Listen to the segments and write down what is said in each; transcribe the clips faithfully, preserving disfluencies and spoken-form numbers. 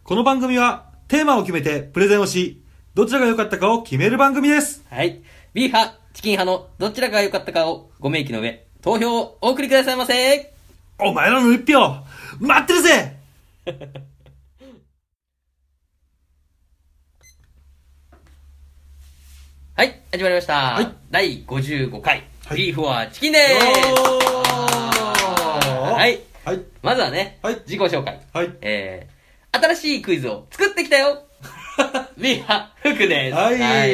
この番組はテーマを決めてプレゼンをし、どちらが良かったかを決める番組です。 はい。ビーフ派、チキン派のどちらが良かったかをご明記の上、投票をお送りくださいませ。 お前らの一票、待ってるぜはい、始まりました。はい、だいごじゅうごかい、はい、ビーフはチキンでーす。はい。はい。まずはね、はい、自己紹介。はい。えー、新しいクイズを作ってきたよビーフ派、フクです。 はい。はい、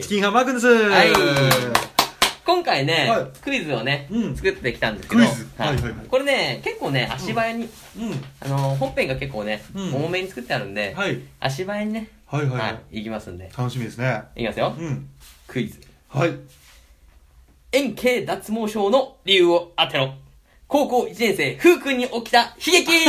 チキン派マー君です。はい。 今回ね、はい、クイズをね、うん、作ってきたんですけど、 クイズ、はいはいはい、 これね、結構ね、足早に、うん、あの、本編が結構ね、うん、重めに作ってあるんで、はい、足早にね、はいはい、はい、いきますんで。 楽しみですね。 いきますよ。うん、クイズ。 はい。 円形脱毛症の理由を当てろ。高校いちねん生、ふうくんに起きた悲劇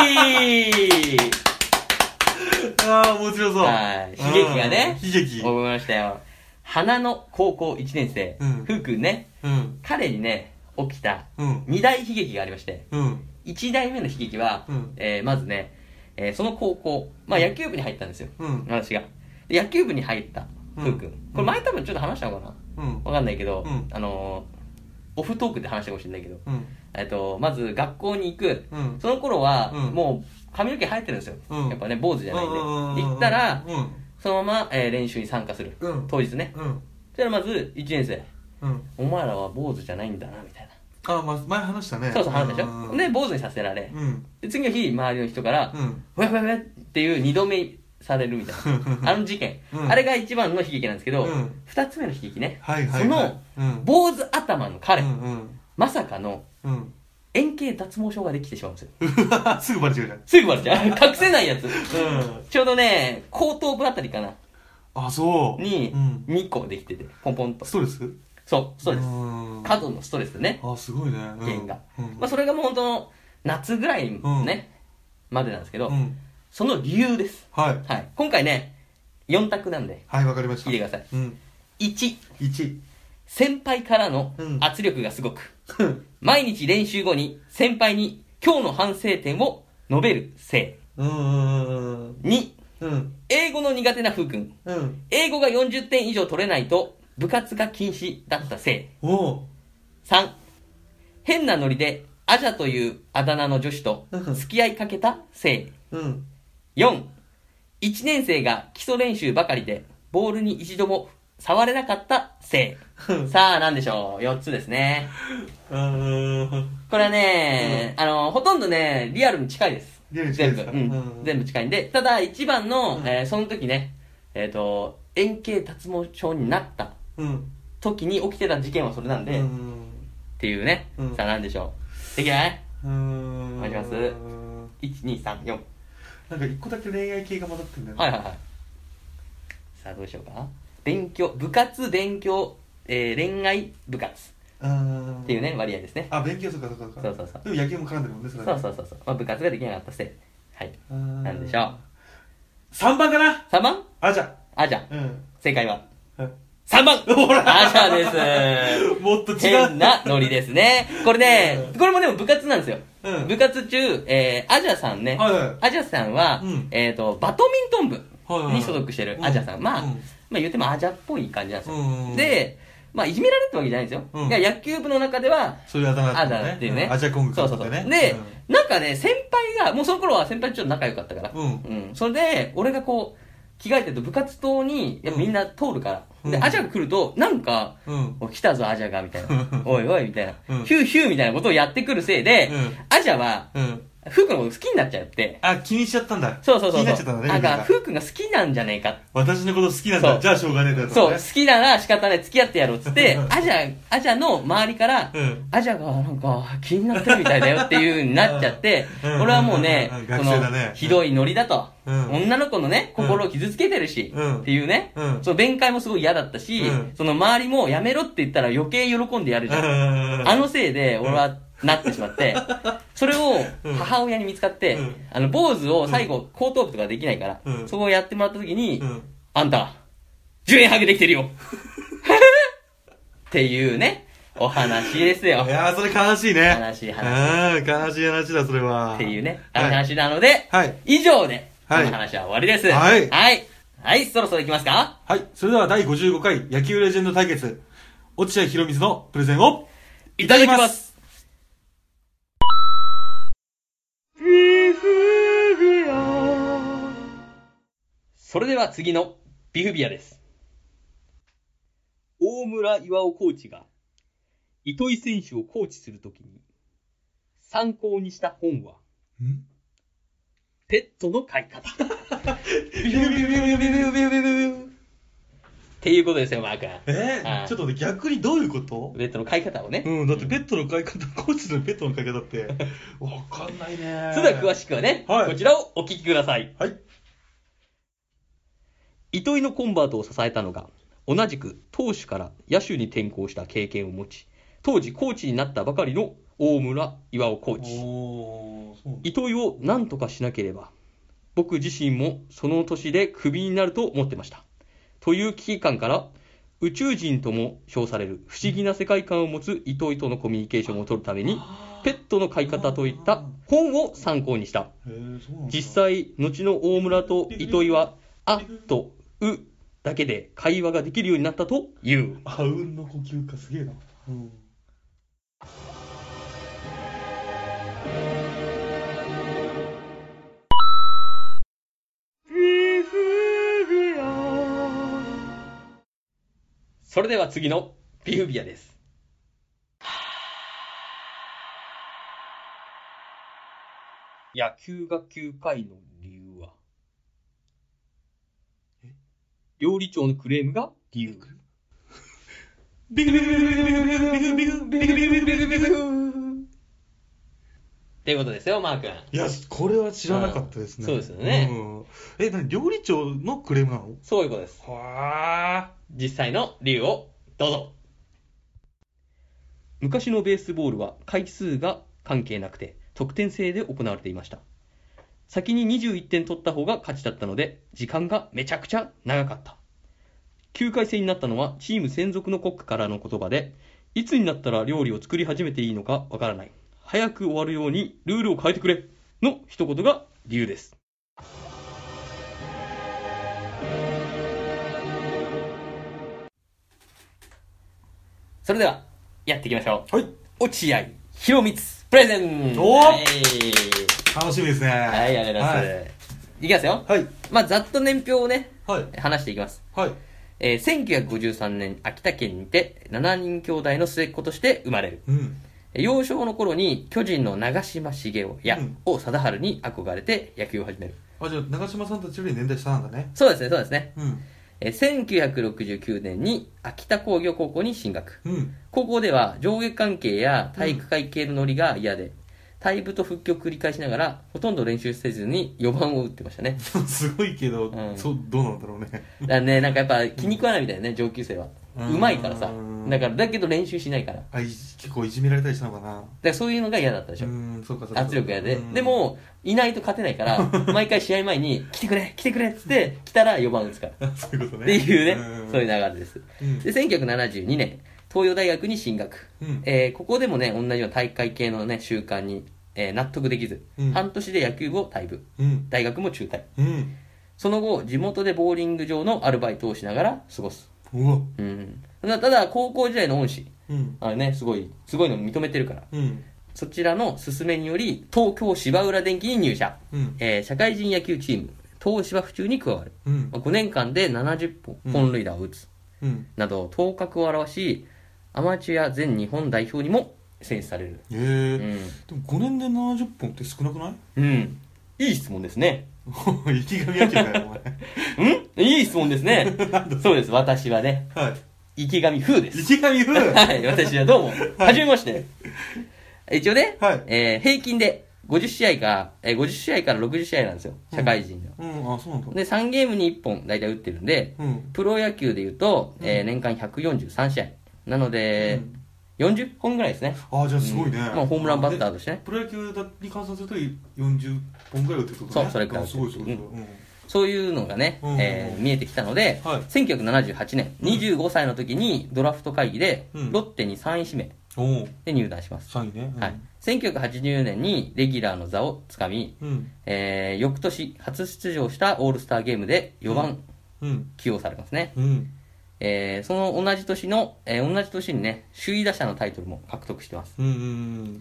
ああ、面白そう。 はい。悲劇がね、 悲劇。 覚えましたよ。花の高校いちねん生、うん、ふうくんね、うん、彼にね、起きたに大悲劇がありまして、うん、いちだいめの悲劇は、うん、えー、まずね、えー、その高校、まあ野球部に入ったんですよ、うん、私が。で野球部に入ったふうくん。これ前多分ちょっと話したのかな、うん、わかんないけど、うん、あのー、オフトークで話したかもしれないけど、うん、えっと、まず学校に行く、うん、その頃は、うん、もう髪の毛生えてるんですよ。うん、やっぱね、坊主じゃないんで。行ったら、うん、そのまま、えー、練習に参加する。うん、当日ね。うん、そしたらまず、いちねん生、うん。お前らは坊主じゃないんだな、みたいな。 あ、まあ、前話したね。 そうそう、話したでしょ。で、坊主にさせられ。うん、で、次の日、周りの人から、うん、ふやふやふやっていう二度目されるみたいな。あの事件、うん。あれが一番の悲劇なんですけど、うん、二つ目の悲劇ね。はいはいはい、その、坊主頭の彼、うんうん、まさかの、うん、円形脱毛症ができてしまうんですよ。 すぐバレちゃうじゃん。 すぐバレちゃう。隠せないやつ。うん、ちょうどね、後頭部あたりかな。 あ、そう。 に、にこできてて、ポンポンと。 ストレス？ そう、ストレス。過度のストレスね。 あ、すごいね。 原因が。うん、まあ、それがもう本当の夏ぐらいね、うん、までなんですけど、うん、その理由です。はい。はい。今回ね、よん択なんで。 はい、わかりました。 聞いてください。うん、いち。 いち。 先輩からの圧力がすごく、うん、毎日練習後に先輩に今日の反省点を述べるせい。に、うん、英語の苦手なふうくん、うん、英語がよんじゅってん以上取れないと部活が禁止だったせい。さん、変なノリでアジャというあだ名の女子と付き合いかけたせい。うん、よん、いちねん生が基礎練習ばかりでボールに一度も触れなかったせい。さあ、なんでしょう。よっつですね。これはね、うん、あの、ほとんどね、リアルに近いです。 リアルに近いですか？ 全部。うん。全部近いんで。ただ、一番の、うん、えー、その時ね、えっと、円形脱毛症になった時に起きてた事件はそれなんで、うん、っていうね。うん、さあ、なんでしょう。できない？うーん。お願いします。いち、に、さん、よん。 なんか一個だけ恋愛系が混ざってるんだよね。 はいはいはい。さあ、どうしようか。勉強、部活、勉強、えー、恋愛、部活。っていうね、割合ですね。 あ、勉強とかとかとか。 そうそうそう。 でも野球も絡んでるもんね、それ、ね。 そうそうそうそう。まあ、部活ができなかったせい。はい。なんでしょう。 さんばんかな ? さん 番あじゃ。 あじゃ。うん。正解は、 うん、 さんばんほらあじゃです。 もっと違う。 変なノリですね。これね、これもでも部活なんですよ。うん、部活中、えー、アジャさんね。はいはい、アジャさんは、うん、えっと、バドミントン部に所属してるアジャさん。はいはい、まあ、うん、まあ言ってもアジャっぽい感じなんですよ。うんうん、で、まあいじめられてるわけじゃないんですよ。うん、いや野球部の中では、 そういうあだ名ってね。アジャっていうね。 うん、アジャコングそうそうそう。で、うん、なんかね、先輩が、もうその頃は先輩とちょっと仲良かったから。うん。うん。それで、俺がこう、着替えてると部活動に、やっぱみんな通るから。うん、で、アジャが来ると、なんか、うん、来たぞアジャが、みたいな。おいおい、みたいな、うん。ヒューヒューみたいなことをやってくるせいで、うん、アジャは、うんフーくんのこと好きになっちゃって。 あ、気にしちゃったんだ。 そうそうそう。気になっちゃったんだね。 なんか、フーくんが好きなんじゃねえか。 私のこと好きなんだ。じゃあしょうがねえだと、ね。 そう、好きなら仕方ない、付き合ってやろうっつって、アジャ、アジャの周りから、うん、アジャがなんか気になってるみたいだよっていう風になっちゃって、うん、俺はもうね、 うん、学生だね。 ひどいノリだと。うん、女の子のね、心を傷つけてるし、うん、っていうね、うん、その弁解もすごい嫌だったし、うん、その周りもやめろって言ったら余計喜んでやるじゃん。うん、あのせいで、俺は、なってしまって、それを母親に見つかって、うん、あの、坊主を最後、後頭部とかできないから、うん、そこをやってもらった時に、うん、あんた、じゅうえんハゲできてるよっていうね、お話ですよ。 いやー、それ悲しいね。 悲しい話。 うん、悲しい話だ、それは。 っていうね、話なので、はい、以上ではい。 この話は終わりです。 はい。 はい。はい、そろそろ行きますか？ はい。それではだいごじゅうごかい野球レジェンド対決、落合博満のプレゼンをいただきます。 それでは次のビフビアです。大村岩尾コーチが糸井選手をコーチするときに参考にした本は、んペットの飼い方。ビフビフビフビフビフビフビフっていうことですよ、マー君。 えー、ちょっとね、逆にどういうこと？ ペットの飼い方をね。 うん、だってペットの飼い方、コーチのペットの飼い方って、わかんないね。 それでは詳しくはね、はい、こちらをお聞きください。 はい。 糸井のコンバートを支えたのが、同じく投手から野手に転向した経験を持ち、当時コーチになったばかりの大村岩尾コーチ。おー、そう糸井を何とかしなければ、僕自身もその年でクビになると思ってました。という危機感から、宇宙人とも称される不思議な世界観を持つ糸井とのコミュニケーションを取るために、ペットの飼い方といった本を参考にした。実際、後の大村と糸井は、あとうだけで会話ができるようになったという。 あうんの呼吸か、すげえな。うん。 それでは次のビフビアです。野球がきゅうかいの理由は、料理長のクレームが理由。ビフビフビフビフビフビフビフビフビフビフビフビフっていうことですよ、マー君。 いや、これは知らなかったですね。 そうですよね。 え、何、料理長のクレームなの？ そういうことです。 はー。実際の理由をどうぞ。昔のベースボールは回数が関係なくて得点制で行われていました。先ににじゅういってん取った方が勝ちだったので、時間がめちゃくちゃ長かった。きゅうかい制になったのはチーム専属のコックからの言葉で、いつになったら料理を作り始めていいのかわからない。早く終わるようにルールを変えてくれの一言が理由です。それではやっていきましょう。 はい。 落合博満プレゼン。 おー、はい、楽しみですね。 はい、ありがとうございます。はい、いきますよ。 はい。 まあざっと年表をね、 はい、 話していきます。 はい。 えー、せんきゅうひゃくごじゅうさんねん秋田県にてしちにん兄弟の末っ子として生まれる。うん。幼少の頃に巨人の長嶋茂雄や王貞治に憧れて野球を始める。 あ、じゃあ長嶋さんたちより年代下なんだね。 そうですね、そうですね。うん。えせんきゅうひゃくろくじゅうきゅうねんに秋田工業高校に進学。うん。高校では上下関係や体育会系のノリが嫌で、うん、退部と復帰を繰り返しながらほとんど練習せずによばんを打ってましたね。 すごいけど、うん、そうどうなんだろうね。 だね、なんかやっぱ気に食わないみたいなね、上級生は。うまいからさ。だから、だけど練習しないから。 あ、結構いじめられたりしたのかな。だからそういうのが嫌だったでしょ。うん、そうかそうか。圧力嫌で。でも、いないと勝てないから、毎回試合前に、来てくれ来てくれっつって、来たらよばん打つから。 そういうことね。っていうね、そういう流れです。うん、で、せんきゅうひゃくななじゅうにねん、東洋大学に進学。うん、えー、ここでもね、同じような大会系のね、習慣に、えー、納得できず、うん、半年で野球部を退部。うん、大学も中退。うん、その後、地元でボーリング場のアルバイトをしながら過ごす。うわ。うん。ただ、高校時代の恩師、うん、あれね、すごい、すごいの認めてるから、うん、そちらの勧めにより、東京芝浦電機に入社、うん、えー、社会人野球チーム、東芝府中に加わる。うん、ごねんかんでななじゅっぽん本塁打を打つ、うん、など、頭角を現し、アマチュア全日本代表にも選出される。 へー、うん。でもごねんでななじゅっぽんって少なくない？ うん。いい質問ですね。 池上彰かよ、 お前。んいい質問ですね。そうです、私はね。はい。池上風です。 池上風はい、私はどうも。はじめまして。一応ね、はい、えー、平均でごじゅっしあいか、えー、ごじゅっしあいからろくじゅっしあいなんですよ。社会人では。うん、うん、あ、そうなんだ。 で、さんゲームにいっぽん大体打ってるんで、うん、プロ野球で言うと、えー、年間ひゃくよんじゅうさんしあい。なので、うん、よんじゅっぽんぐらいですね。 ああ、じゃあすごいね。うん、 まあ、ホームランバッターとしてね。 プロ野球に換算するとよんじゅっぽんぐらい打ってるってことね。 そう、それくらい。 すごいすごい。うん、 そういうのがね、うん、えー、見えてきたので、はい、せんきゅうひゃくななじゅうはちねん、にじゅうごさいの時にドラフト会議で、ロッテにさんい指名、 で入団します。 さんいね。うん、 はい。せんきゅうひゃくはちじゅうねんにレギュラーの座をつかみ、うん、えー、翌年初出場したオールスターゲームでよばん起用されますね。うん、えー、その同じ年の、えー、同じ年にね、首位打者のタイトルも獲得してます。うんうんうん、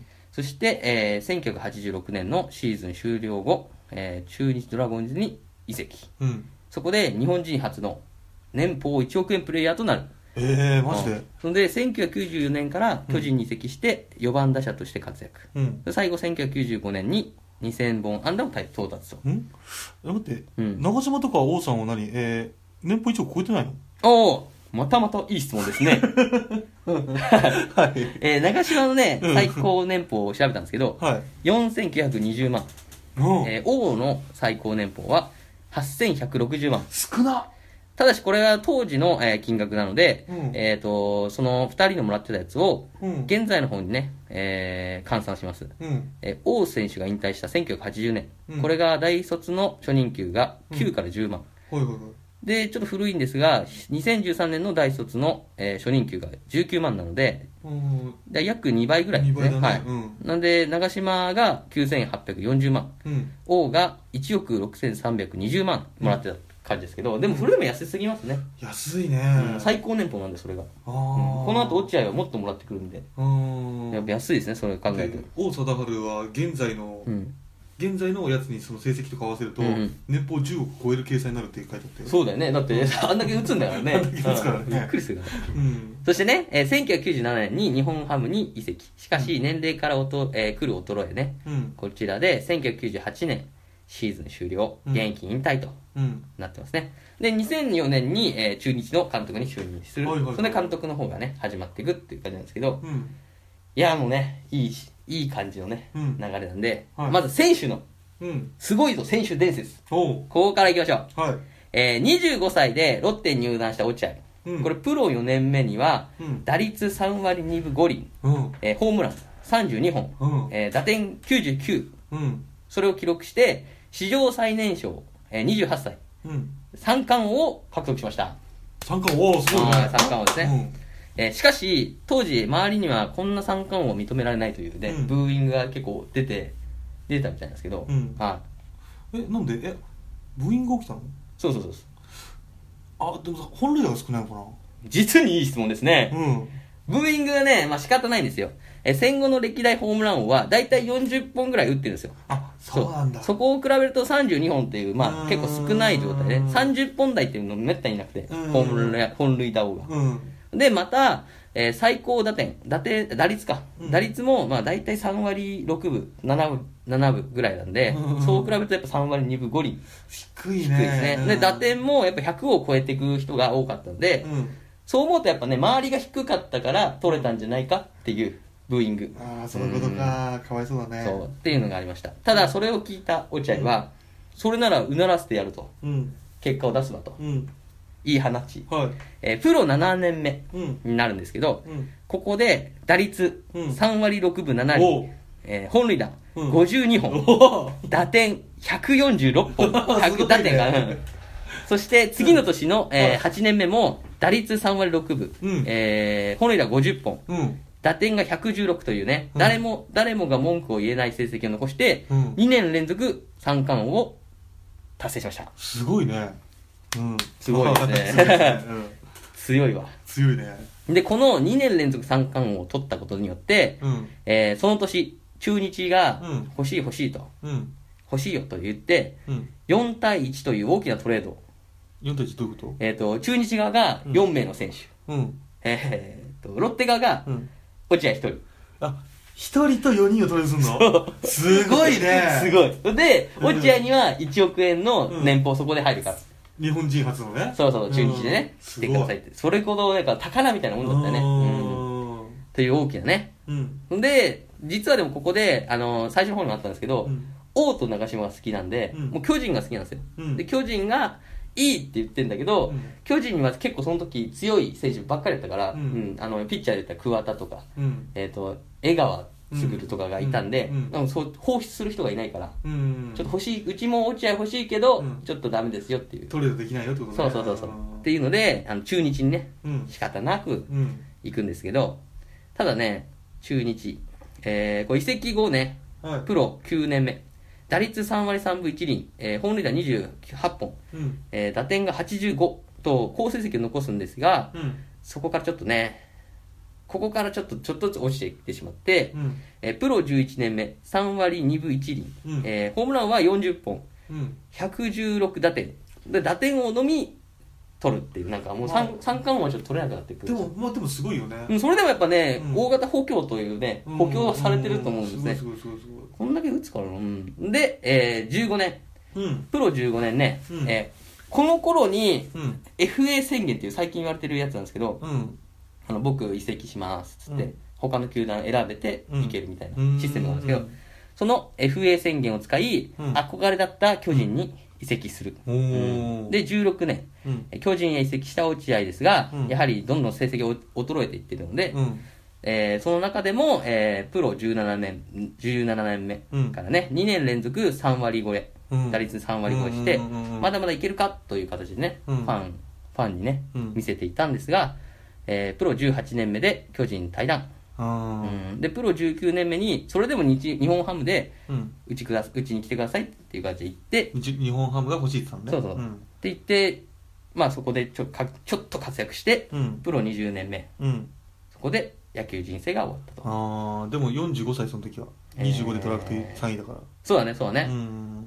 そして、えー、せんきゅうひゃくはちじゅうろくねんのシーズン終了後、えー、中日ドラゴンズに移籍。うん、そこで日本人初の年俸いちおくえんプレイヤーとなる。 えー、マジで、うん、 そんでせんきゅうひゃくきゅうじゅうよねんから巨人に移籍してよばん打者として活躍、うん、最後せんきゅうひゃくきゅうじゅうごねんににせんぼん安打を到達と。 ん待って、うん、長嶋とか王さんは何、えー、年俸いちおく超えてないの？ おお、またまたいい質問ですね。はい、えー、長嶋のね最高年俸を調べたんですけど、はい、よんせんきゅうひゃくにじゅうまん、えー、王の最高年俸ははっせんひゃくろくじゅうまん。 少な。 ただしこれは当時の、えー、金額なので、うん、えっ、ー、と、そのふたりのもらってたやつを、うん、現在の方にね、えー、換算します。うん、えー、王選手が引退したせんきゅうひゃくはちじゅうねん、うん、これが大卒の初任給がきゅうからじゅうまん。うんはいはいはい、で、ちょっと古いんですが、にせんじゅうさんねんの大卒の、えー、初任給がじゅうきゅうまんなので、うん、約にばいぐらいですね。ねはい。うん、なんで、長嶋がきゅうせんはっぴゃくよんじゅうまん、うん、王がいちおくろくせんさんびゃくにじゅうまんもらってた。感じですけど、でもそれでも安すぎますね。 安いね、 うん、最高年俸なんでそれが。あ、うん、この後落合はもっともらってくるんで、やっぱ安いですね、それを考えて。 王貞治は現在の、うん、現在のやつにその成績とか合わせると、うん、年俸じゅうおく超える計算になるって書いてあったよ。 そうだよね、だって、うん、あんだけ打つんだからね。あんだけ打つからね。びっくりするから、うん、そしてね、えー、せんきゅうひゃくきゅうじゅうななねんに日本ハムに移籍。しかし年齢からおと、えー、来る衰えね、うん、こちらでせんきゅうひゃくきゅうじゅうはちねんシーズン終了、現役引退となってますね。で、にせんよねんに、えー、中日の監督に就任する。はいはいはい、それで監督の方がね、始まっていくっていう感じなんですけど、うん、いや、もうね、いいし、いい感じのね、うん、流れなんで、はい、まず選手の、うん、すごいぞ、選手伝説。ここから行きましょう。はい、えー、にじゅうごさいでロッテに入団した落合。うん、これ、プロよねんめには、うん、打率さんわりにぶごりん、うんえー、ホームランさんじゅうにほん、うんえー、打点きゅうじゅうきゅう、うん、それを記録して、史上最年少、えー、にじゅうはっさい、うん、三冠王を獲得しました。 三冠王、すごいね。 三冠王ですね。うんえー、しかし、当時、周りにはこんな三冠王を認められないというね、うん、ブーイングが結構出て、出てたみたいなんですけど、うん、 はい。え、なんで、え、ブーイング起きたの？ そうそうそう。 あ、でもさ、本塁打が少ないのかな？ 実にいい質問ですね。うん。ブーイングはね、まあ仕方ないんですよ。え戦後の歴代ホームラン王はだいたいよんじゅっぽんぐらい打ってるんですよ。 あ、そうなんだ。 そ, そこを比べるとさんじゅうにほんっていう、まあ結構少ない状態で、さんじゅっぽん台っていうのめったになくて、本塁本塁打王が。で、また、えー、最高打点、打点、打率か。うん、打率も、まあ大体さんわりろくぶ、ななぶ、ななぶぐらいなんで、そう比べるとやっぱさんわりにぶごりん。 低いね。低いですね。 で、打点もやっぱひゃくを超えていく人が多かったんで、うん、そう思うとやっぱね、周りが低かったから取れたんじゃないかっていう。ブーイング。 ああ、そういうことか、うん、かわいそうだね。 そう、っていうのがありました。ただ、それを聞いた落合は、うん、それならうならせてやると。うん、結果を出すわと。うん、いい話。はいえー。プロななねんめになるんですけど、うん、ここで打率さんわりろくぶななりん、えー、本塁打ごじゅうにほん、打点ひゃくよんじゅうろっぽん、ひゃく打点が、うん、そして次の年の、えー、はちねんめも打率さんわりろくぶ、うんえー、本塁打ごじゅっぽん、うん打点がひゃくじゅうろくというね、うん、誰も、誰もが文句を言えない成績を残して、うん、にねん連続三冠王を達成しました。 すごいね。うん。 すごいですね。強いわ。 強いね。 で、このにねん連続三冠王を取ったことによって、うんえー、その年、中日が欲しい欲しいと、うん、欲しいよと言って、うん、よんたいいちという大きなトレード。 よんたいいちどういうこと？ えっと、中日側がよんめいの選手。うん、えー、と、ロッテ側が、うん落合一人。 あ、一人とよにんをトレードするの？すごいね。 すごい。で、落合にはいちおくえんの年俸そこで入るから。 うん、日本人初のね。 そうそう、中日でね。来てくださいって。それほど、なんか宝みたいなもんだったよね。うん。という大きなね。うん。で、実はでもここで、あのー、最初の方にもあったんですけど、うん、王と長嶋が好きなんで、うん、もう巨人が好きなんですよ。うん、で、巨人が、いいって言ってんだけど、うん、巨人には結構その時強い選手ばっかりだったから、うんうん、あのピッチャーで言ったら桑田とか、うん、えっ、ー、と江川卓とかがいたんで、うんうん、そう放出する人がいないから、うんうん、ちょっと欲しいうちも落合欲しいけど、うん、ちょっとダメですよっていうトレードできないよってことね。 そうそうそうそうっていうのであの中日にね、うん、仕方なく行くんですけど、ただね中日。えー、これ移籍後ね、はい、プロきゅうねんめ。打率さんわりさんぶいちりん、えー、本塁打にじゅうはっぽん、うんえー、打点がはちじゅうごと好成績を残すんですが、うん、そこからちょっとね、ここからちょっとちょっとずつ落ちていってしまって、うんえー、プロじゅういちねんめ、さんわりにぶいちりん、うんえー、ホームランはよんじゅっぽん、うん、ひゃくじゅうろく打点。で打点をのみ取るっていう、なんかもう 3, 三冠王はちょっと取れなくなってくる。 でも、まあでもすごいよね。 うん、それでもやっぱね、うん、大型補強というね、補強はされてると思うんですね。 すごいすごいすごい。 こんだけ打つからな。うん、で、えー、じゅうごねん、うん、プロじゅうごねんね、うんえー、この頃に、うん、エフエー 宣言っていう最近言われてるやつなんですけど、うん、あの僕移籍しますっつって、うん、他の球団選べていけるみたいなシステムなんですけど、うん、その エフエー 宣言を使い、うん、憧れだった巨人に移籍する。うん、で、じゅうろくねん、うん、巨人へ移籍した落合ですが、うん、やはりどんどん成績が衰えていってるので、うんえー、その中でも、えー、プロじゅうななねん、じゅうななねんめからね、うん、にねん連続さんわり超え、うん、打率さんわり超えして、まだまだいけるかという形でね、うん、ファン、ファンにね、うん、見せていたんですが、えー、プロじゅうはちねんめで巨人退団。うん、で、プロじゅうきゅうねんめに、それでも 日, 日本ハムで、うちくだ、うちに来てくださいっていう感じで言って、 日本ハムが欲しいって言ったのね。 そうそう。うん、って言って、まあそこでちょかちょっと活躍して、うん、プロにじゅうねんめ、うん、そこで野球人生が終わったと。 ああ、でもよんじゅうごさいその時は。にじゅうごでドラフトさんいだから。 えー、そうだね、そうだね。うん。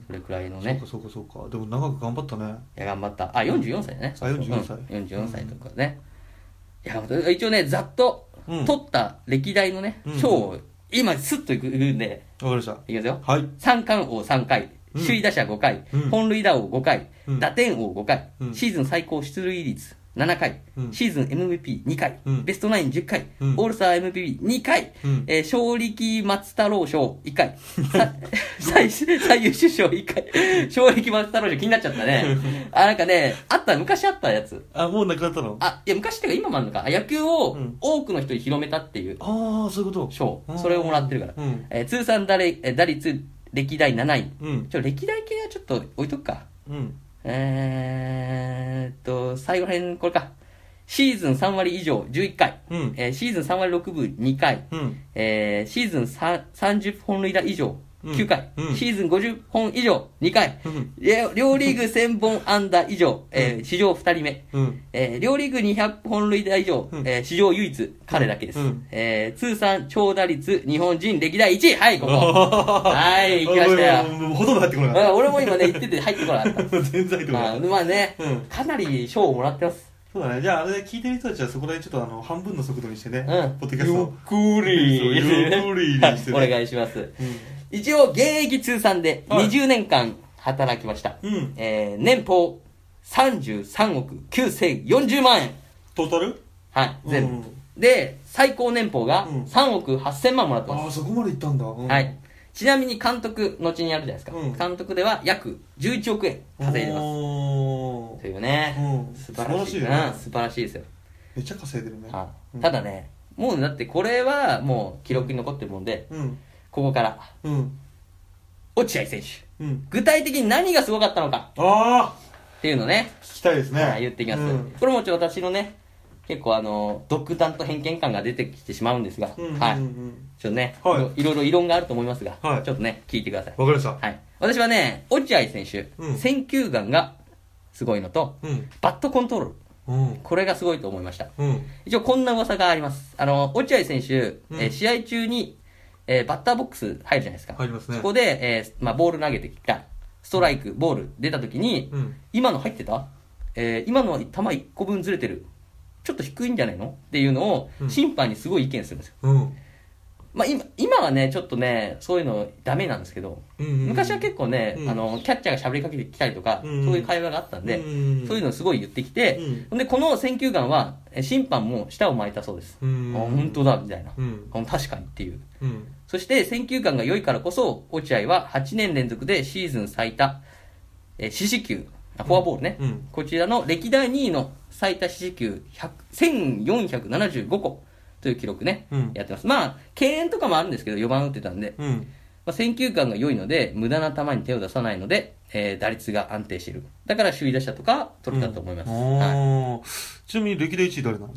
それくらいのね。 そうかそうかそうか。でも長く頑張ったね。 いや、頑張った。あ、よんじゅうよんさいだね。 あ、よんじゅうよんさい。 うん、よんじゅうよんさいとかね。うん、いや、一応ね、ざっと、うん、取った歴代のね、賞、うん、を今スッといくんで、 わかりました。 いきますよ。 はい。 三冠王さんかい、うん、首位打者ごかい、うん、本塁打王ごかい、うん、打点王ごかい、うん、シーズン最高出塁率ななかい、うん、シーズン エムブイピーにかい、うん、ベストナインじゅっかい、うん、オールスター エムブイピーにかい、うんえー、勝力松太郎賞いっかい、最, 最優秀賞いっかい、勝力松太郎賞気になっちゃったね。あ、なんかね、あった、昔あったやつ。 あ、もうなくなったの？ あ、いや、昔っていうか今もあるのか。野球を多くの人に広めたっていう。 ああ、そういうこと。 賞。それをもらってるから。うんえー、通算打率、打率歴代なない。うん、ちょ、歴代系はちょっと置いとくか。うん、えーっと、最後ら辺、これか。シーズンさんわり以上じゅういっかい、うんえー、シーズンさんわりろくぶにかい、うんえー、シーズンさんじゅっぽん塁打以上きゅうかい、うん、シーズンごじゅっぽん以上にかい、うん、両リーグせんぼん安打以上、えー、史上ふたりめ、うんえー、両リーグにひゃっぽん塁打以上、うんえー、史上唯一彼だけです、うんえー、通算長打率日本人歴代いちい、はいここはい行きましたよ。 ほとんど入ってこなかった。 俺も今ね言ってて入ってこなかった全然入ってこなかった。 まあね、うん、かなり賞をもらってます。 そうだね。じゃあ、あれ聞いてる人たちはそこでちょっとあの、半分の速度にしてね。 うん。 ポッドキャストゆっくり。 ゆっくりにしてね。 お願いします。うん、一応、現役通算でにじゅうねんかん働きました。うん。えー、年俸さんじゅうさんおくきゅうせんよんじゅうまんえん。 トータル？ はい、全部。うん、で、最高年俸がさんおくはっせんまんもらってます。 ああ、そこまでいったんだ。うん、 はい。ちなみに監督、後にやるじゃないですか。うん、監督では約じゅういちおくえん稼いでます。というね、うん、素晴らしいな、素晴らしいですよ。 めっちゃ稼いでるね。 うん、ただね、もうだってこれはもう記録に残ってるもんで、うん、ここから、うん、落合選手、うん、具体的に何がすごかったのかあっていうのね、 聞きたいですね。 言っていきます。うん、これもちょっと私のね、結構あの独断と偏見感が出てきてしまうんですが、うんうんうん、はい、ちょっとね、はい、いろいろ異論があると思いますが、はい、ちょっとね聞いてください。 わかりました。 はい。私はね、落合選手、うん、選球眼がすごいのと、うん、バットコントロール、うん、これがすごいと思いました。うん、一応こんな噂があります。あの落合選手、うん、えー、試合中に、えー、バッターボックス入るじゃないですか。 入りますね。 そこで、えーまあ、ボール投げてきたストライク、ボール出た時に、うん、今の入ってた、えー、今のは球いっこぶんずれてる。ちょっと低いんじゃないのっていうのを審判にすごい意見するんですよ。うん、まあ、今, 今はねちょっとねそういうのダメなんですけど、うんうんうん、昔は結構ね、うん、あのキャッチャーが喋りかけてきたりとか、うんうん、そういう会話があったんで、うんうん、そういうのをすごい言ってきて、うん、でこの選球眼は審判も舌を巻いたそうです。うん、あ本当だみたいな、うん、確かにっていう、うん、そして選球眼が良いからこそ落合ははちねん連続でシーズン最多四死球フォアボールね、うん、こちらの歴代にいの最多四死球せんよんひゃくななじゅうごこという記録ね、うん、やってます。まあ敬遠とかもあるんですけどよばん打ってたんで、うんまあ、選球眼が良いので無駄な球に手を出さないので、えー、打率が安定している。だから首位打者とか取れたと思います、うんはい、 ちなみに歴代いちい誰なの？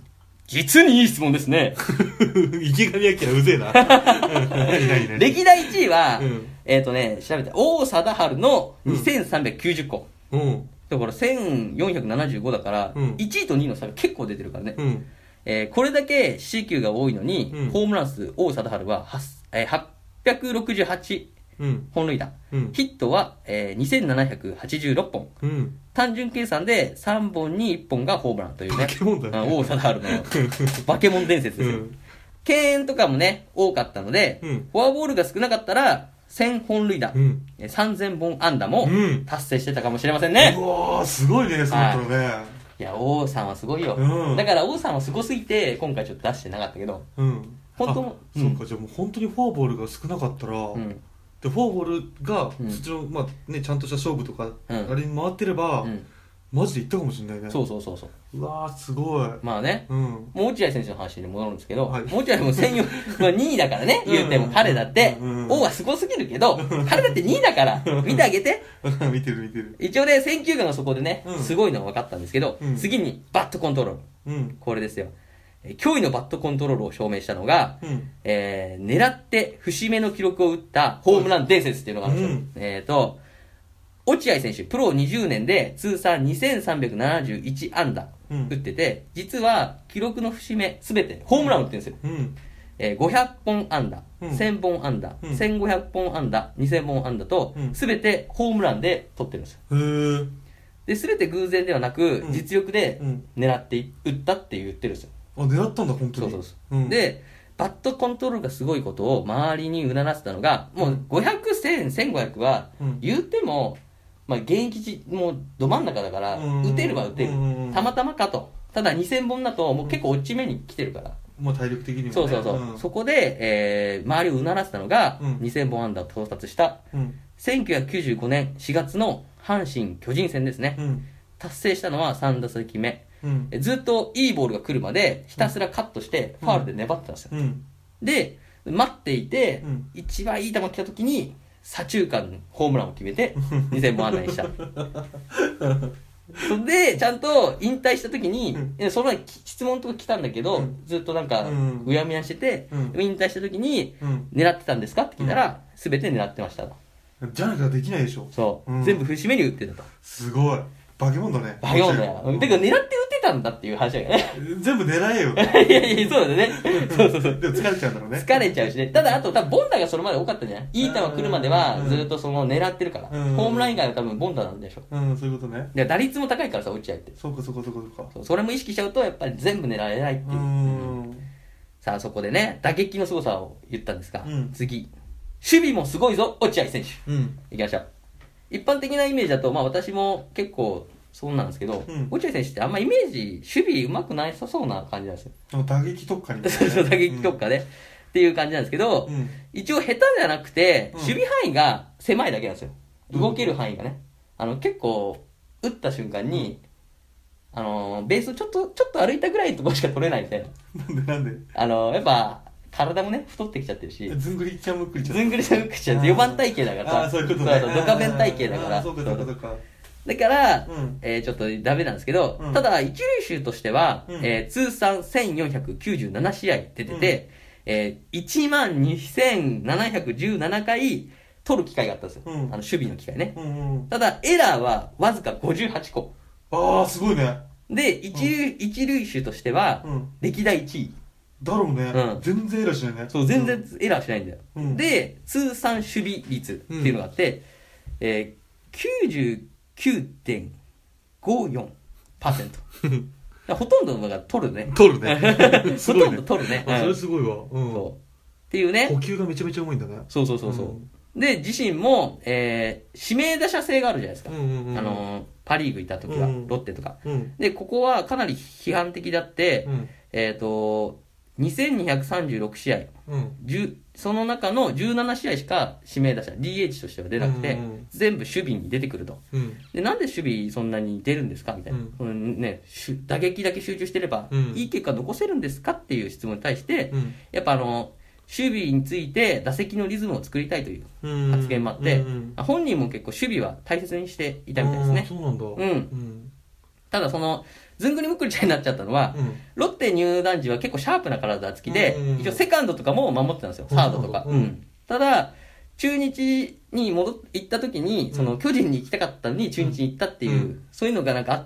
実にいい質問ですね。 池上彰うぜえな。 歴代いちいは、うん、えっ、ー、とね、調べて、王貞治のにせんさんびゃくきゅうじゅっこ。うん、だからせんよんひゃくななじゅうごだから、うん、いちいとにいの差が結構出てるからね。うん、えー、これだけ四死球が多いのに、うん、ホームラン数、王貞治ははっ、えー、はっぴゃくろくじゅうはち本塁打、うん、ヒットは、えー、にせんななひゃくはちじゅうろっぽん、うん、単純計算でさんぼんにいっぽんがホームランというね、 化け物だね、 王貞治の化け物伝説ですよ、うん、敬遠とかもね多かったので、うん、フォアボールが少なかったらせんほん塁打、うん、さんぜんぼん安打も達成してたかもしれませんね、 うん、うわーすごいねそのね、はい、 いや王さんはすごいよ、うん、だから王さんはすごすぎて今回ちょっと出してなかったけど、うん、本当も、 うん、そうかじゃあもう本当にフォアボールが少なかったら、うん、でフォアボールがそっちの、うんまあね、ちゃんとした勝負とか、うん、あれに回ってれば、うん、マジでいったかもしれないね。 そうそうそうそう。 うわーすごい。 まあね、うん、もう落合選手の話に戻るんですけど、はい、もう落合も専用まあにいだからね言うても彼だって、うんうん、王はすごすぎるけど彼だってにいだから見てあげて見てる見てる。 一応ね選球眼がそこでね、うん、すごいのは分かったんですけど、うん、次にバットコントロール、うん、これですよ。驚異のバットコントロールを証明したのが、うんえー、狙って節目の記録を打ったホームラン伝説っていうのがあるんですよ、うん、えっ、ー、と落合選手プロにじゅうねんで通算にせんさんびゃくななじゅういち安打打ってて、うん、実は記録の節目すべてホームラン打ってるんですよ、うんえー、ごひゃっぽん安打、うん、せんぼん安打、うん、せんごひゃっぽん安打にせんぼん安打とすべ、うん、てホームランで取ってるんですよ。へーで全て偶然ではなく、うん、実力で狙って打ったって言ってるんですよ。 あ狙ったんだ本当に。 そうそうそう、うん、でバットコントロールがすごいことを周りにうならせたのがもうごひゃく、せん、せんごひゃくは言っても、まあ、現役時もうど真ん中だから打てれば打てるたまたまかと。ただにせんぼんだともう結構落ち目に来てるから、 まあ、体力的にもねそうそうそう、うん、そこで、えー、周りをうならせたのが、うん、にせんぼん安打を到達した、うん、せんきゅうひゃくきゅうじゅうごねんしがつの阪神巨人戦ですね、うん、達成したのはさん打席目、うん、ずっといいボールが来るまでひたすらカットしてファールで粘ってたんですよ、うん、で待っていて、うん、一番いい球が来た時に左中間ホームランを決めてにせんぼん安打にしたそれでちゃんと引退した時に、うん、その前質問とか来たんだけど、うん、ずっとなんかうやむやしてて、うん、引退した時に、うん、狙ってたんですかって聞いたら、うん、全て狙ってましたと。 じゃなきゃできないでしょ。 そう、うん、全部節目に打ってたと。 すごいバケモンだね。 バケモンだよ、うん、てか狙って打ってたんだっていう話だよね全部狙えよいやいやそうだねそうそうそうでも疲れちゃうんだろうね。 疲れちゃうしね。ただあと多分ボンダがそれまで多かったんじゃない。いい球来るまではずっとその狙ってるから、うん、ホームラン以外は多分ボンダなんでしょ。 うんそういうことね。 で打率も高いからさ落合って。 そうかそうかそうかそうか。 そうそれも意識しちゃうとやっぱり全部狙えないっていう、うん、さあそこでね打撃の凄さを言ったんですが、うん、次守備もすごいぞ落合選手、うん、いきましょう。一般的なイメージだとまあ私も結構そうなんですけど、うん、落合選手ってあんまイメージ守備うまくないさそうな感じなんですよ。 打撃特化に、 ね、そうそう打撃特化で、うん、っていう感じなんですけど、うん、一応下手じゃなくて、守備範囲が狭いだけなんですよ。動ける範囲がね、あの結構打った瞬間に、うん、あのベースをちょっとちょっと歩いたぐらいのところしか取れないみたいな。 なんでなんであのやっぱ体もね太ってきちゃってるし、 ずんぐりちゃんむっくりちゃうずんぐりちゃんむっくりちゃうよんばん体型だからさ、 あそういうことね、 ドカベン体型だから、 そうかそうかそうか。 だから、うん、えー、ちょっとダメなんですけど、うん、ただ一塁手としては、うんえー、通算せんよんひゃくきゅうじゅうななしあい出てて、うんえー、いちまんにせんななひゃくじゅうななかい取る機会があったんですよ、うん、あの守備の機会ね、うんうん、ただエラーはわずかごじゅうはっこ。 ああすごいね。 で一塁、うん、一塁手としては、うん、歴代いちいだろうね、うん、全然エラーしないね。 そう全然エラーしないんだよ、うん、で通算守備率っていうのがあって、うんえー、きゅうじゅうきゅうてんごよんパーセント ほとんどのが取るね取るねほとんど取るね、 あそれすごいわ、うん、 そうっていうね。 補給がめちゃめちゃうまいんだね。 そうそうそうそう、うん、で自身も、えー、指名打者制があるじゃないですか、うんうんうん、あのパリーグいた時は、うん、ロッテとか、うん、でここはかなり批判的であって、うん、えっ、ー、とにせんにひゃくさんじゅうろくしあい、うん、その中のじゅうななしあいしか指名打者 ディーエイチ としては出なくて、うんうん、全部守備に出てくると、うん、でなんで守備そんなに出るんですかみたいな、うん、ね、打撃だけ集中してれば、うん、いい結果残せるんですかっていう質問に対して、うん、やっぱあの守備について打席のリズムを作りたいという発言もあって、うんうんうん、本人も結構守備は大切にしていたみたいですね。 そうなんだ、 うんうん、ただそのずんぐりむっくりちゃんになっちゃったのは、うん、ロッテ入団時は結構シャープな体つきで、うんうんうん、一応セカンドとかも守ってたんですよ、サードとか。うんうん、ただ、中日に戻っ行った時に、その巨人に行きたかったのに中日に行ったっていう、うん、そういうのがなんかあって、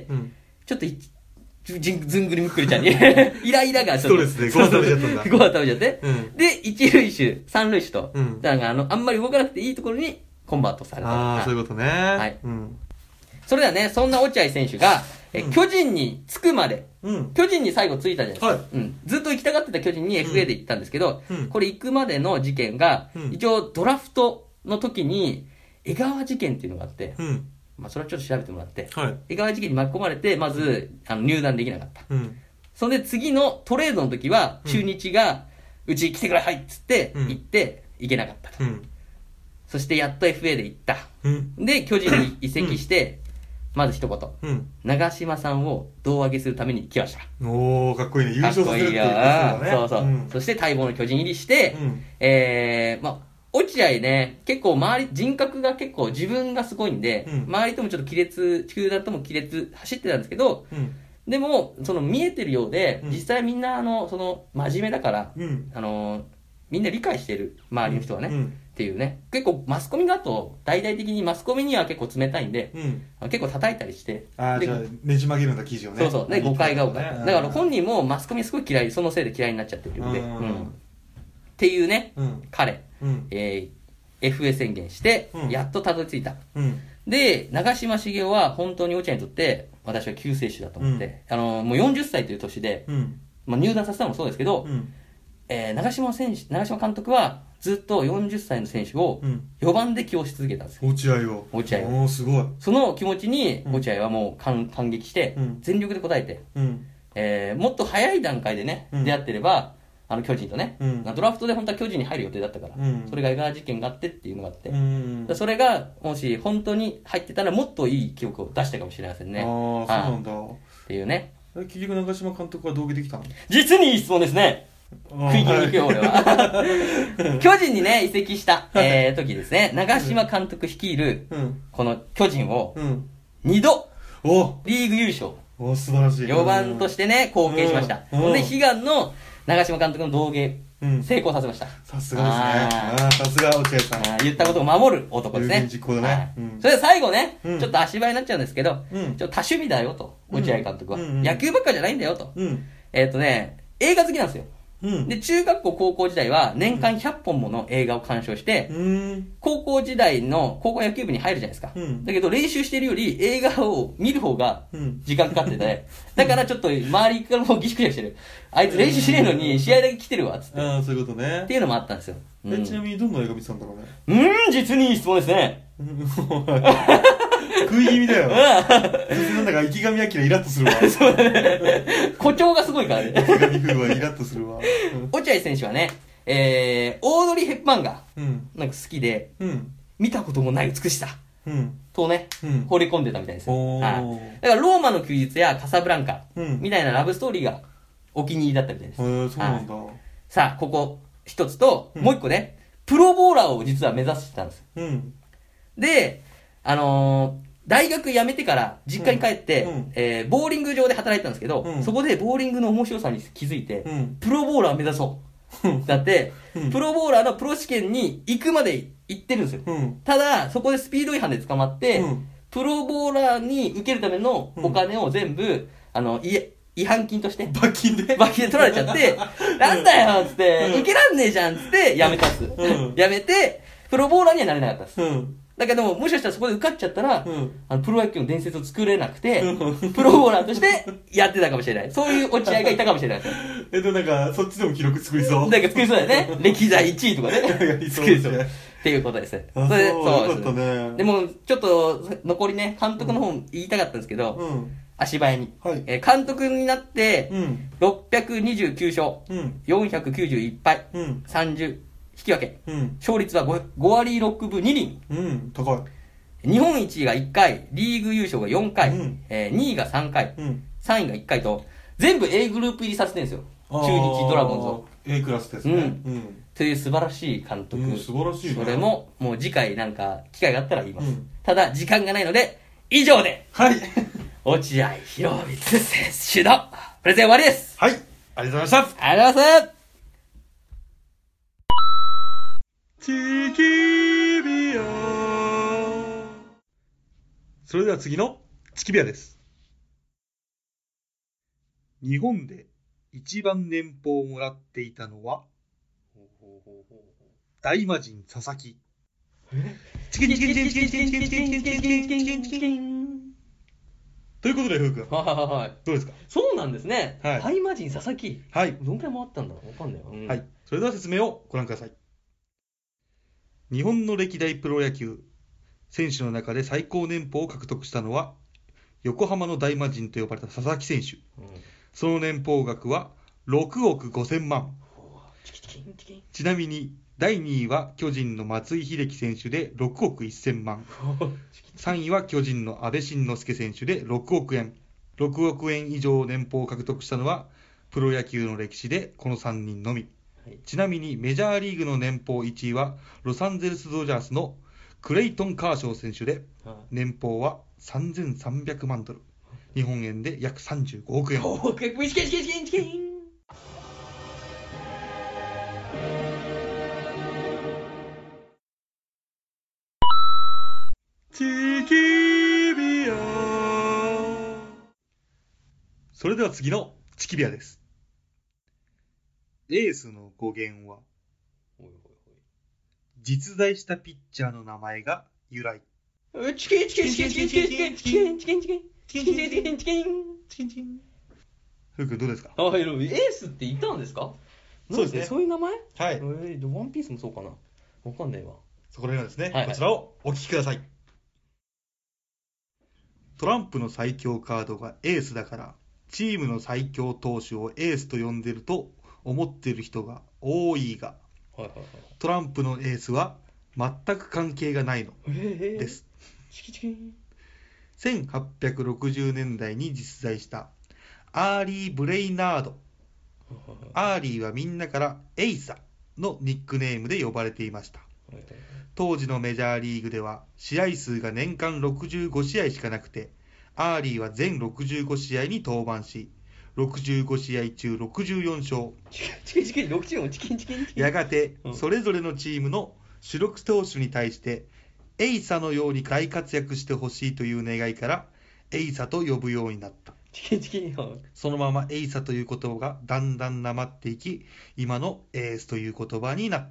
うん、ちょっとずんぐりむっくりちゃんにイライラがちょっと。 そうですね、ご飯食べちゃったんだ。 ご飯食べちゃって。うん、で、一塁手、三塁手と、うん、だからあの、あんまり動かなくていいところにコンバートされた。 ああ、はい、そういうことね。はい。うん、それではね、そんな落合選手が、え、うん、巨人に着くまで、うん、巨人に最後着いたじゃないですか、はい、うん。ずっと行きたがってた巨人に エフエー で行ったんですけど、うん、これ行くまでの事件が、うん、一応ドラフトの時に、江川事件っていうのがあって、うん、まあそれはちょっと調べてもらって、はい、江川事件に巻き込まれて、まず、あの入団できなかった。うん、それで次のトレードの時は、中日が、うち来てくださいっつって、行って、行けなかったと。うん、そしてやっと エフエー で行った。うん、で、巨人に移籍して、まず一言、うん、長嶋さんを胴上げするために来ました。 おー、かっこいいね。優勝させるっていうことだね。そうそう、うん。そして待望の巨人入りして、うん、えー、まあ、落合ね、結構周り、人格が結構自分がすごいんで、うん、周りともちょっと亀裂、球団とも亀裂走ってたんですけど、うん、でも、その見えてるようで、うん、実際みんなあの、その、真面目だから、うん、あの、みんな理解してる、周りの人はね。うんっていうね、結構マスコミだと大々的にマスコミには結構冷たいんで、うん、結構叩いたりして、 ああじゃあねじ曲げるんだ記事をね、 そうそうね、誤解が多かった、ね、だから本人もマスコミすごい嫌い、そのせいで嫌いになっちゃってるんで、うん、っていうね、うん、彼、うん、えー、エフエー 宣言して、うん、やっとたどり着いた、うん、で長嶋茂雄は本当に落合にとって私は救世主だと思って、うん、あのもうよんじゅっさいという年で、うんまあ、入団させたのもそうですけど、うんえー、長嶋選手長嶋監督はずっとよんじゅっさいの選手をよばんで起用し続けたんですよ。 落合を。 落合を。おー、すごい。 その気持ちに落合はもう感感激して、全力で応えて、うんえー、もっと早い段階でね、うん、出会ってれば、あの巨人とね、うん、ドラフトで本当は巨人に入る予定だったから、うん、それが江川事件があってっていうのがあって、うん、それがもし本当に入ってたらもっといい記憶を出したかもしれませんね。 ああ、そうなんだ。 っていうね。 結局長嶋監督はどうできたの？ 実にいい質問ですね。食い気味に行くよ、俺は。巨人にね、移籍した、えー、時ですね、長嶋監督率いる、うん、この巨人を、にど、リーグ優勝。 お素晴らしい。 よばんとしてね、貢献しました。うん、で、悲願の長嶋監督の胴上げ、うん、成功させました。 さすがですね。さすが落合さん。 言ったことを守る男ですね。 実行だね。 うん、それで最後ね、うん、ちょっと足早になっちゃうんですけど、うん、ちょっと多趣味だよと、落合監督は。うん、野球ばっかじゃないんだよと。うん、えっとね、映画好きなんですよ。うん、で、中学校、高校時代は年間ひゃっぽんもの映画を鑑賞して、うん、高校時代の高校野球部に入るじゃないですか。うん、だけど練習してるより映画を見る方が時間かかってて、うん、だからちょっと周りからもうギシクシャしてる。あいつ練習しねえのに試合だけ来てるわ、つって。 ああ、そういうことね。 っていうのもあったんですよ。 うん、ちなみにどんな映画見てたんだろうね。 うーん、実にいい質問ですね。 食い気味だよ。そしてなんだか池上彰イラッとするわ。 そうだね。誇張がすごいからね。 池上風はイラッとするわ。 落合選手はね、えー、オードリー・ヘップバーンが、なんか好きで、うん、見たこともない美しさ、うん、とね、うん、放り込んでたみたいですよ。だからローマの休日やカサブランカ、うん、みたいなラブストーリーがお気に入りだったみたいです。 へー、そうなんだ。 さあ、ここ一つと、もう一個ね、プロボーラーを実は目指してたんです。うん、で、あのー、大学辞めてから実家に帰って、うん、えー、ボーリング場で働いてたんですけど、うん、そこでボーリングの面白さに気づいて、うん、プロボーラー目指そう。だって、うん、プロボーラーのプロ試験に行くまで行ってるんですよ。うん、ただ、そこでスピード違反で捕まって、うん、プロボーラーに受けるためのお金を全部、あの、いえ、違反金として。 罰金で罰金で取られちゃって、なんだよつって、受けらんねえじゃんつって辞めたっす。うん、辞めて、プロボーラーにはなれなかったっす。うんだけども、もしかしたらそこで受かっちゃったら、うん、あのプロ野球の伝説を作れなくて、プロボーラーとしてやってたかもしれない。そういう落合がいたかもしれない。 えっと、なんか、そっちでも記録作りそう。 なんか作りそうだよね。歴代いちいとかね。作りそう。っていうことですね。 それで、そう。よかったね。 でも、ちょっと、残りね、監督の方言いたかったんですけど、うん、足早に。はい、えー、監督になって、うん、ろっぴゃくにじゅうきゅうしょう、うん、よんひゃくきゅうじゅういっぱい、うん、さんじゅう、引き分け、うん、勝率は 5, ご割ろくぶにりん。 うん、高い。 日本一がいっかい、リーグ優勝がよんかい、うんえー、にいがさんかい、うん、さんいがいっかいと、全部 A グループ入りさせてるんですよ。中日ドラゴンズを。 A クラスですね。うん。うん、 という素晴らしい監督。 うん、素晴らしいね。 それも、もう次回なんか、機会があったら言います。うん、ただ、時間がないので、以上ではい落合博満選手のプレゼン終わりです。 はい、ありがとうございました。 ありがとうございます。 チキビア。それでは次のチキビアです。日本で一番年俸をもらっていたのは大魔神佐々木。チキンチキンチキンチキンチキンチキンチキンチキンチキンチキンチキンチキンということで、ふうくん、 はい、 どうですか？ そうなんですね。 はい、 大魔神佐々木。 はい。 どんくらい回ったんだろう、わかんないよ。うん、 はい。それでは説明をご覧ください。日本の歴代プロ野球選手の中で最高年俸を獲得したのは横浜の大魔神と呼ばれた佐々木選手。うん、その年俸額はろくおくごせんまん。ちなみにだいにいは巨人の松井秀喜選手でろくおくせんまん。さんいは巨人の阿部慎之助選手でろくおくえん。ろくおくえん以上年俸を獲得したのはプロ野球の歴史でこのさんにんのみ。はい、ちなみにメジャーリーグの年俸いちいはロサンゼルスドジャースのクレイトン・カーショー選手で、年俸はさんぜんさんびゃくまんドル、日本円で約さんじゅうごおくえん。チキビア。それでは次のチキビアです。エースの語源は実在したピッチャーの名前が由来。チキンチキンチキンチキンチキンチキンチキンチキンチキンチキンチキンチキンチキンチキンチキンチキン。ふうくんどうですか？ あ、エースっていたんですか？ そうですね。 そういう名前？ はい。 えー、ワンピースもそうかな。わかんないわ。 そこら辺はですね、はいはい、こちらをお聞きください。トランプの最強カードがエースだからチームの最強投手をエースと呼んでると思ってる人が多いが、はいはいはい、トランプのエースは全く関係がないのです。せんはっぴゃくろくじゅうねんだいに実在したアーリー・ブレイナード。アーリーはみんなからエイサのニックネームで呼ばれていました。当時のメジャーリーグでは試合数が年間ろくじゅうごしあいしかなくて、アーリーは全ろくじゅうごしあいに登板しろくじゅうごしあいちゅうろくじゅうよんしょう。やがてそれぞれのチームの主力投手に対してエイサのように大活躍してほしいという願いからエイサと呼ぶようになった。そのままエイサという言葉がだんだんなまっていき、今のエースという言葉になった。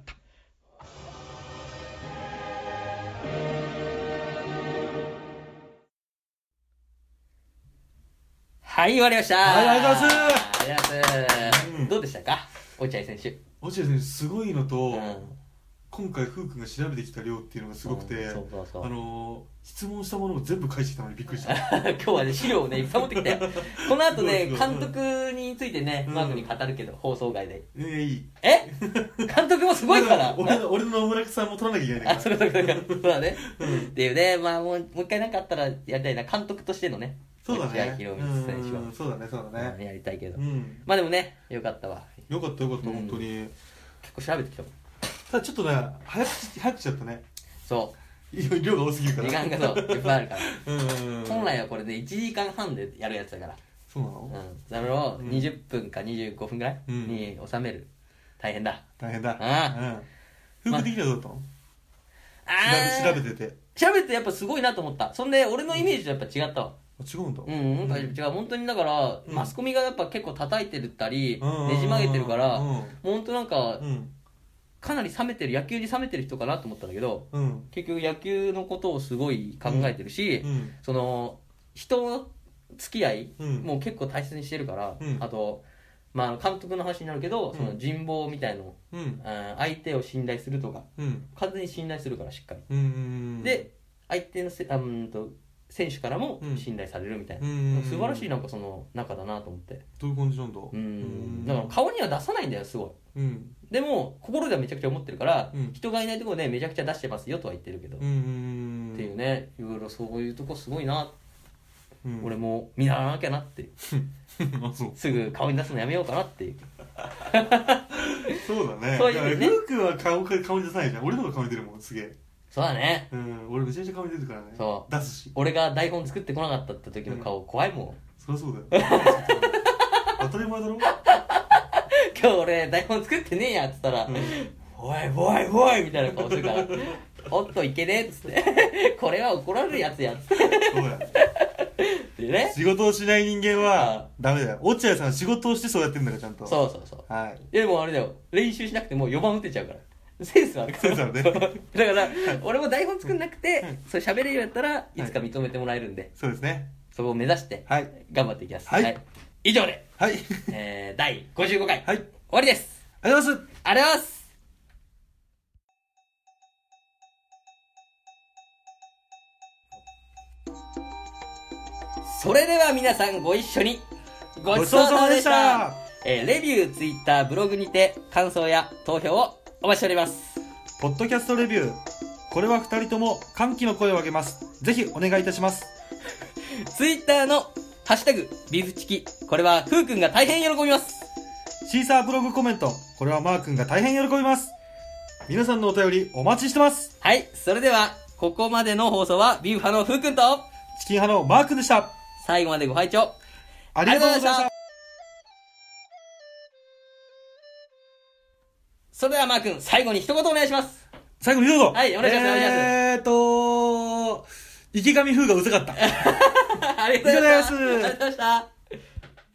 はい、終わりました。 はい、ありがとうございます。 ありがとうございます。うん、どうでしたか、落合選手。 落合選手すごいのと、うん、今回ふうくんが調べてきた量っていうのがすごくて、うん、そうそうそう、あのー、質問したものを全部返してきたのにびっくりした。 今日はね、資料をねいっぱい持ってきたよ。この後ね、監督についてね、マークに語るけど、うん、放送外で。 えー、いい。 え監督もすごいから俺の俺の野村さんも取らなきゃいけないから。 あ、そうそうそうそうだね、うん、っていうね、まあもうもう一回なんかあったらやりたいな、監督としてのね。 そうだね、 落合博満選手は。 そうだね、そうだね、 やりたいけど、 うん、 まあでもね、よかったわ。 よかったよかった、うん、本当に結構調べてきたもん。 ただちょっとね、早く早くしちゃったね。 そう量が多すぎるから、 時間がそういっぱいあるからうん、本来はこれでいちじかんはんでやるやつだから。 そうなの？ うん、それをにじゅっぷんかにじゅうごふんぐらいに収める、大変だ大変だ。 ああ、 うん、夫婦的にはどうだったの？ あ調べてて調べてやっぱすごいなと思った。そんで俺のイメージとやっぱ違ったわ。 違うんだ。 うん、なんか違う、本当にだから、マスコミがやっぱ結構叩いてるったり、ねじ曲げてるから、もう本当なんか、かなり冷めてる、野球に冷めてる人かなと思ったんだけど、結局野球のことをすごい考えてるし、その人の付き合いも結構大切にしてるから、あと、まあ監督の話になるけど、その人望みたいの、相手を信頼するとか、完全に信頼するからしっかり。で、相手のせあうんと選手からも信頼されるみたいな、うん、素晴らしいなんかその仲だなと思って。 どういう感じなんだ。 うん、だから顔には出さないんだよすごい、うん、でも心ではめちゃくちゃ思ってるから、うん、人がいないところでめちゃくちゃ出してますよとは言ってるけど、うん、っていうね、いろいろそういうとこすごいな、うん、俺も見習わなきゃなっていうあ、そうすぐ顔に出すのやめようかなっていうそうだね。そういうね、フー君は顔顔に出さないじゃん。俺の方が顔に出るもんすげえ。 そうだね。 うん、俺めちゃめちゃ顔に出てるからね。 そう。 出すし。 俺が台本作ってこなかったって時の顔、怖いもん。 そりゃそうだよ。当たり前だろ。 今日俺台本作ってねえやっつったら、うん、おいおいおいみたいな顔するからおっといけねえっつってこれは怒られるやつやっつってそうやでね、 仕事をしない人間はダメだよ。落合さん仕事をしてそうやってんだからちゃんと。 そうそうそう、 はい。 でもあれだよ、練習しなくてもよばん打てちゃうからセンスあるから。センスあるねだから俺も台本作んなくて、うん、それ喋れるようやったらいつか認めてもらえるんで、はい、 そうですね、 そこを目指して頑張っていきます。 はい、はい、 以上で、 はい、 えー、だいごじゅうごかい、 はい、 終わりです。 ありがとうございます。 ありがとうございます。それでは皆さんご一緒にごちそうさまでした。えー、レビュー、ツイッター、ブログにて感想や投票をお待ちしております。 ポッドキャストレビュー、これは二人とも歓喜の声を上げます。ぜひお願いいたします。 ツイッターのハッシュタグビーフチキ、これはふうくんが大変喜びます。 シーサーブログコメント、これはマーくんが大変喜びます。皆さんのお便りお待ちしてます。 はい、それではここまでの放送はビーフ派のふうくんとチキン派のマーくんでした。 最後までご拝聴ありがとうございました。 それではマー君、最後に一言お願いします。 最後にどうぞ。 はい、お願いします。 えーっと池上風がうざかった。 ありがとうございました。ありがとうございました。